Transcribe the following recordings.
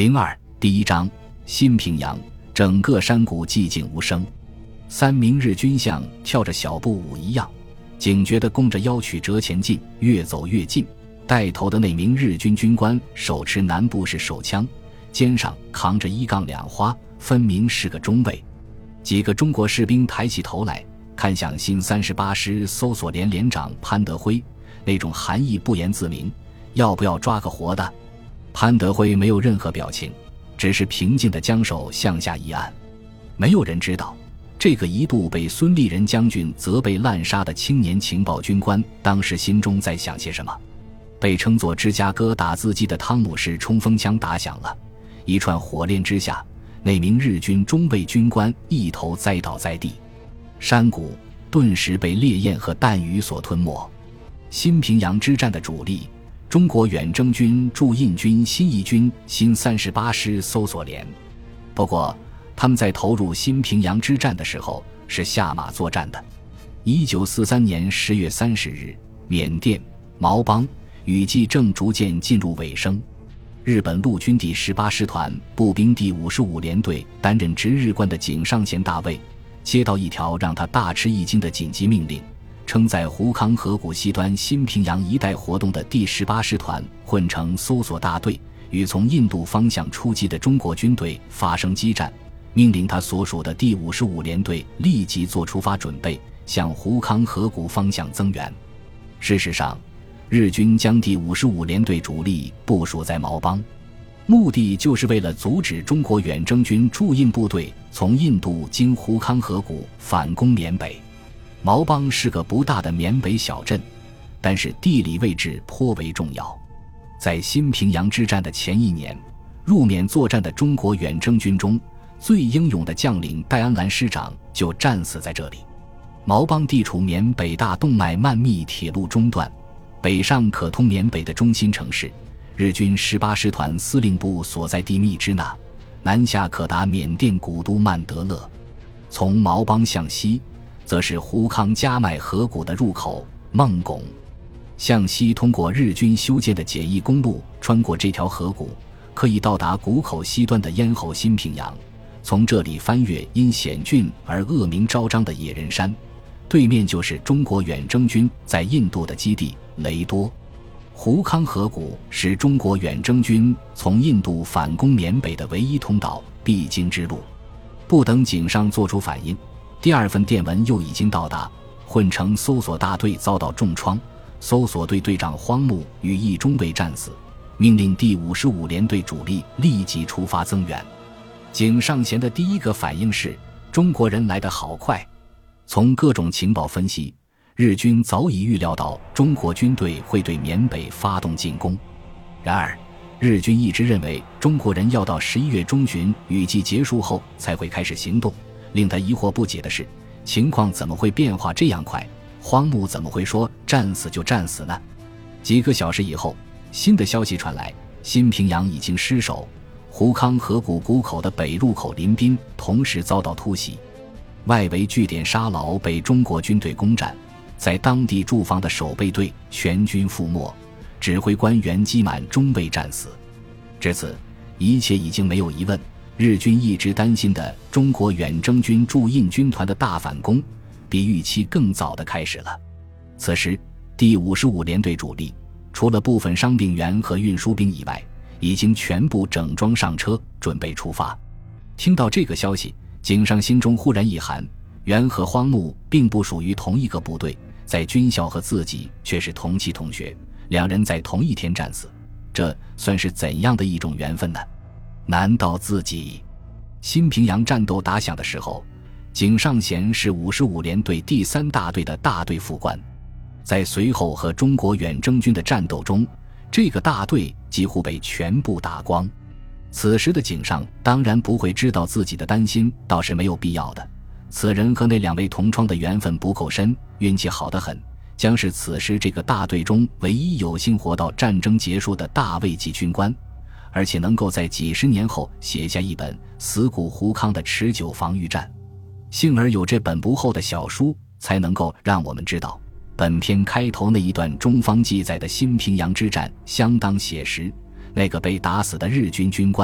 02第1章新平阳，整个山谷寂静无声。3名日军像跳着小步舞一样，警觉地弓着腰曲折前进，越走越近。带头的那名日军军官手持南部式手枪，肩上扛着1-2花，分明是个中尉。几个中国士兵抬起头来，看向新38师搜索连连长潘德辉，那种含义不言自明，要不要抓个活的？潘德辉没有任何表情，只是平静地将手向下一按。没有人知道，这个一度被孙立人将军责备滥杀的青年情报军官当时心中在想些什么。被称作芝加哥打字机的汤姆式冲锋枪打响了，一串火链之下，那名日军中尉军官一头栽倒在地，山谷顿时被烈焰和弹雨所吞没。新平阳之战的主力，中国远征军驻印军新一军新38师搜索连。不过他们在投入新平阳之战的时候是下马作战的。1943年10月30日，缅甸、毛邦雨季正逐渐进入尾声。日本陆军第18师团步兵第55联队担任值日官的井上贤大尉接到一条让他大吃一惊的紧急命令，称在胡康河谷西端新平阳一带活动的第18师团混成搜索大队与从印度方向出击的中国军队发生激战，命令他所属的第55联队立即做出发准备，向胡康河谷方向增援。事实上，日军将第55联队主力部署在毛邦，目的就是为了阻止中国远征军驻印部队从印度经胡康河谷反攻缅北。毛邦是个不大的缅北小镇，但是地理位置颇为重要。在新平阳之战的前1年，入缅作战的中国远征军中最英勇的将领戴安澜师长就战死在这里。毛邦地处缅北大动脉漫密铁路中段，北上可通缅北的中心城市，日军18师团司令部所在地密支那，南下可达缅甸古都曼德勒。从毛邦向西则是胡康加麦河谷的入口孟拱，向西通过日军修建的简易公路，穿过这条河谷，可以到达谷口西端的咽喉新平阳，从这里翻越因险峻而恶名昭彰的野人山，对面就是中国远征军在印度的基地雷多。胡康河谷是中国远征军从印度反攻缅北的唯一通道，必经之路。不等井上做出反应，第2份电文又已经到达，混成搜索大队遭到重创，搜索队队长荒木与一中尉战死，命令第55联队主力立即出发增援。井上贤的第一个反应是，中国人来得好快。从各种情报分析，日军早已预料到中国军队会对缅北发动进攻。然而日军一直认为中国人要到11月中旬雨季结束后才会开始行动。令他疑惑不解的是，情况怎么会变化这样快？荒木怎么会说战死就战死呢？几个小时以后，新的消息传来，新平阳已经失守，胡康河谷谷口的北入口林滨同时遭到突袭，外围据点沙牢被中国军队攻占，在当地驻防的守备队全军覆没，指挥官袁基满中尉战死。至此，一切已经没有疑问，日军一直担心的中国远征军驻印军团的大反攻比预期更早地开始了。此时第55联队主力除了部分伤病员和运输兵以外，已经全部整装上车，准备出发。听到这个消息，井上心中忽然一寒，袁和荒木并不属于同一个部队，在军校和自己却是同期同学，两人在同一天战死，这算是怎样的一种缘分呢？难道自己？新平阳战斗打响的时候，井上贤是55联队第3大队的大队副官，在随后和中国远征军的战斗中，这个大队几乎被全部打光。此时的井上当然不会知道自己的担心倒是没有必要的，此人和那2位同窗的缘分不够深，运气好得很，将是此时这个大队中唯一有幸活到战争结束的大尉级军官，而且能够在几十年后写下一本死谷胡康的持久防御战。幸而有这本不厚的小书，才能够让我们知道本篇开头那一段中方记载的新平阳之战相当写实，那个被打死的日军军官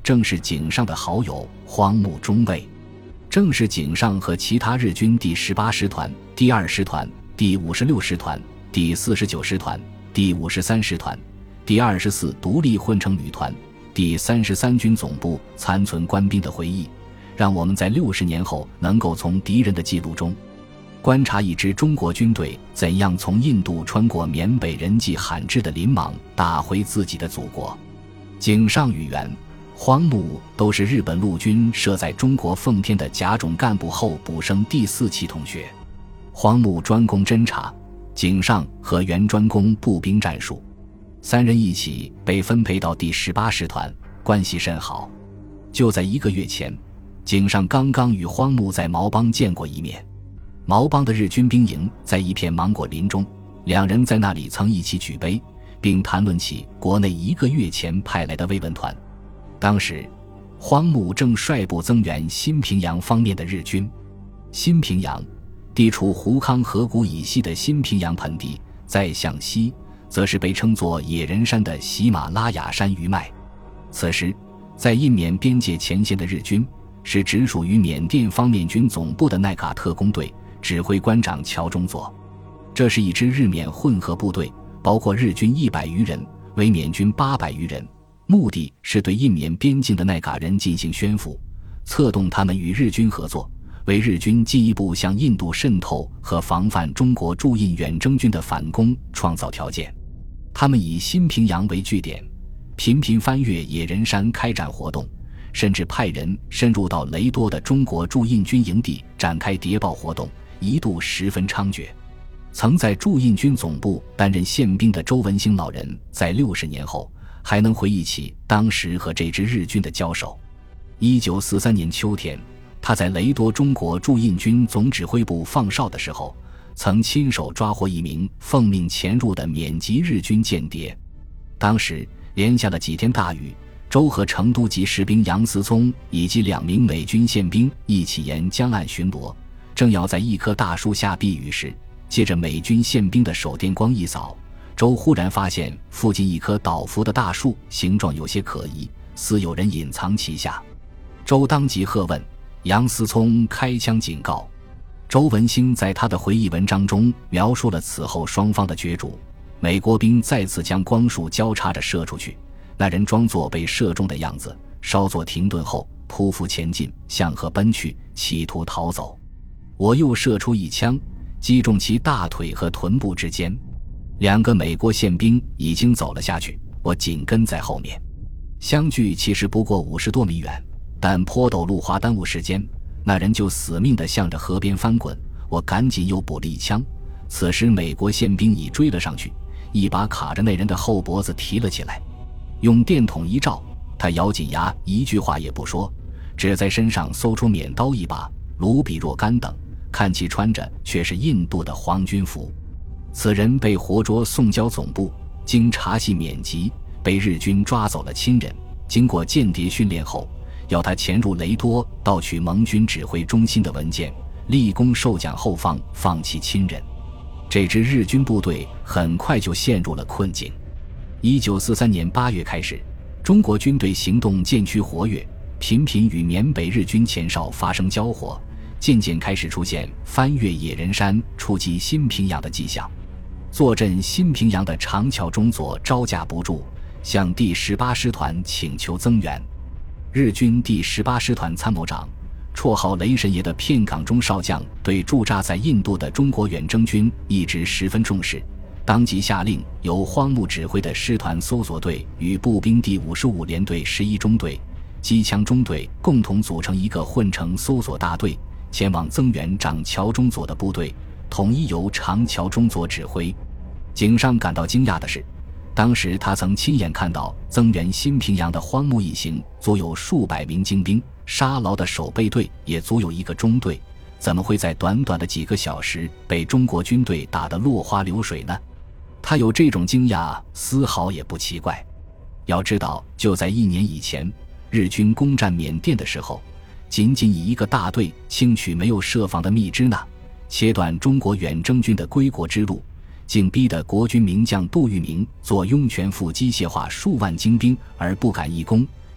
正是井上的好友荒木中尉。正是井上和其他日军第18师团、第2师团、第56师团、第49师团、第53师团、第24独立混成旅团、第33军总部残存官兵的回忆，让我们在60年后能够从敌人的记录中观察一支中国军队怎样从印度穿过缅北人迹罕至的林莽打回自己的祖国。井上与原、荒木都是日本陆军设在中国奉天的甲种干部候补生第4期同学。荒木专攻侦察，井上和原专攻步兵战术，三人一起被分配到第18师团，关系甚好。就在1个月前，井上刚刚与荒木在毛邦见过一面。毛邦的日军兵营在一片芒果林中，两人在那里曾一起举杯，并谈论起国内1个月前派来的慰问团。当时荒木正率部增援新平阳方面的日军。新平阳地处胡康河谷以西的新平阳盆地，再向西则是被称作野人山的喜马拉雅山余脉。此时在印缅边界前线的日军是直属于缅甸方面军总部的奈卡特工队，指挥官长乔中佐。这是一支日缅混合部队，包括日军100余人，为缅军800余人，目的是对印缅边境的奈卡人进行宣抚，策动他们与日军合作，为日军进一步向印度渗透和防范中国驻印远征军的反攻创造条件。他们以新平阳为据点，频频翻越野人山开展活动，甚至派人深入到雷多的中国驻印军营地展开谍报活动，一度十分猖獗。曾在驻印军总部担任宪兵的周文兴老人在60年后还能回忆起当时和这支日军的交手。1943年秋天，他在雷多中国驻印军总指挥部放哨的时候，曾亲手抓获一名奉命潜入的缅籍日军间谍。当时连下了几天大雨，周和成都籍士兵杨思聪以及2名美军宪兵一起沿江岸巡逻，正要在一棵大树下避雨时，借着美军宪兵的手电光一扫，周忽然发现附近一棵倒伏的大树形状有些可疑，似有人隐藏其下。周当即喝问，杨思聪开枪警告。周文兴在他的回忆文章中描述了此后双方的角逐，美国兵再次将光束交叉着射出去，那人装作被射中的样子，稍作停顿后匍匐前进，向河奔去，企图逃走。我又射出一枪，击中其大腿和臀部之间。2个美国宪兵已经走了下去，我紧跟在后面。相距其实不过50多米远，但坡陡路滑耽误时间，那人就死命地向着河边翻滚，我赶紧又补了一枪。此时美国宪兵已追了上去，一把卡着那人的后脖子提了起来，用电筒一照，他咬紧牙，一句话也不说，只在身上搜出免刀一把、卢比若干等，看其穿着却是印度的皇军服。此人被活捉送交总部，经查系缅籍，被日军抓走了亲人，经过间谍训练后，要他潜入雷多盗取盟军指挥中心的文件，立功受奖后放弃亲人。这支日军部队很快就陷入了困境。1943年8月开始，中国军队行动渐趋活跃，频频与缅北日军前哨发生交火，渐渐开始出现翻越野人山出击新平阳的迹象。坐镇新平阳的长桥中佐招架不住，向第18师团请求增援。日军第18师团参谋长绰号雷神爷的片岗中少将对驻扎在印度的中国远征军一直十分重视，当即下令由荒木指挥的师团搜索队与步兵第55联队11中队、机枪中队共同组成一个混成搜索大队，前往增援长桥中佐的部队，统一由长桥中佐指挥。井上感到惊讶的是，当时他曾亲眼看到增援新平阳的荒木一行足有数百名精兵，沙劳的守备队也足有一个中队，怎么会在短短的几个小时被中国军队打得落花流水呢？他有这种惊讶丝毫也不奇怪。要知道，就在1年以前，日军攻占缅甸的时候，仅仅以一个大队轻取没有设防的密支那，切断中国远征军的归国之路，竟逼得国军名将杜聿明做拥全副机械化数万精兵而不敢一攻，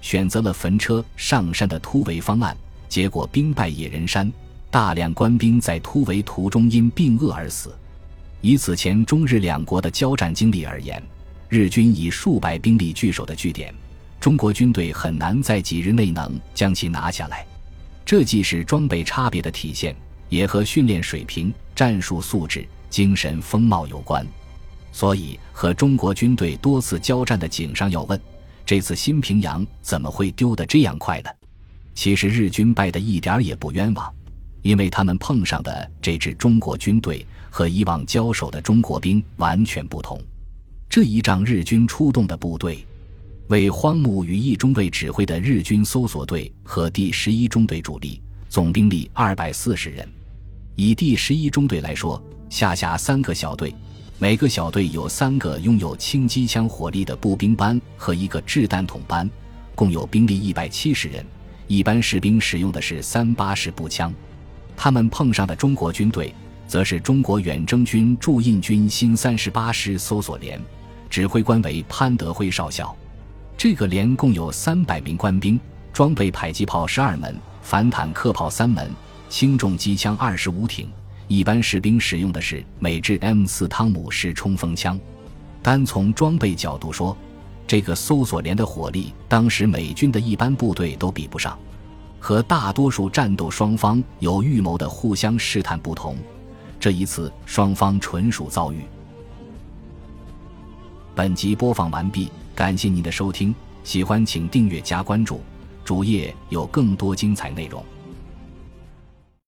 选择了焚车上山的突围方案，结果兵败野人山，大量官兵在突围途中因病饿而死。以此前中日两国的交战经历而言，日军以数百兵力据守的据点，中国军队很难在几日内能将其拿下来。这既是装备差别的体现，也和训练水平、战术素质、精神风貌有关。所以和中国军队多次交战的井上要问，这次新平阳怎么会丢得这样快呢？其实日军败得一点也不冤枉，因为他们碰上的这支中国军队和以往交手的中国兵完全不同。这一仗日军出动的部队，为荒木与义中队指挥的日军搜索队和第11中队主力，总兵力240人。以第11中队来说，下辖3个小队，每个小队有3个拥有轻机枪火力的步兵班和1个掷弹筒班，共有兵力170人。一般士兵使用的是38式步枪。他们碰上的中国军队则是中国远征军驻印军新38师搜索连，指挥官为潘德辉少校。这个连共有300名官兵，装备迫击炮12门，反坦克炮3门，轻重机枪25挺。一般士兵使用的是美制 M4 汤姆式冲锋枪。单从装备角度说，这个搜索连的火力当时美军的一般部队都比不上。和大多数战斗双方有预谋的互相试探不同，这一次双方纯属遭遇。本集播放完毕，感谢您的收听，喜欢请订阅加关注，主页有更多精彩内容。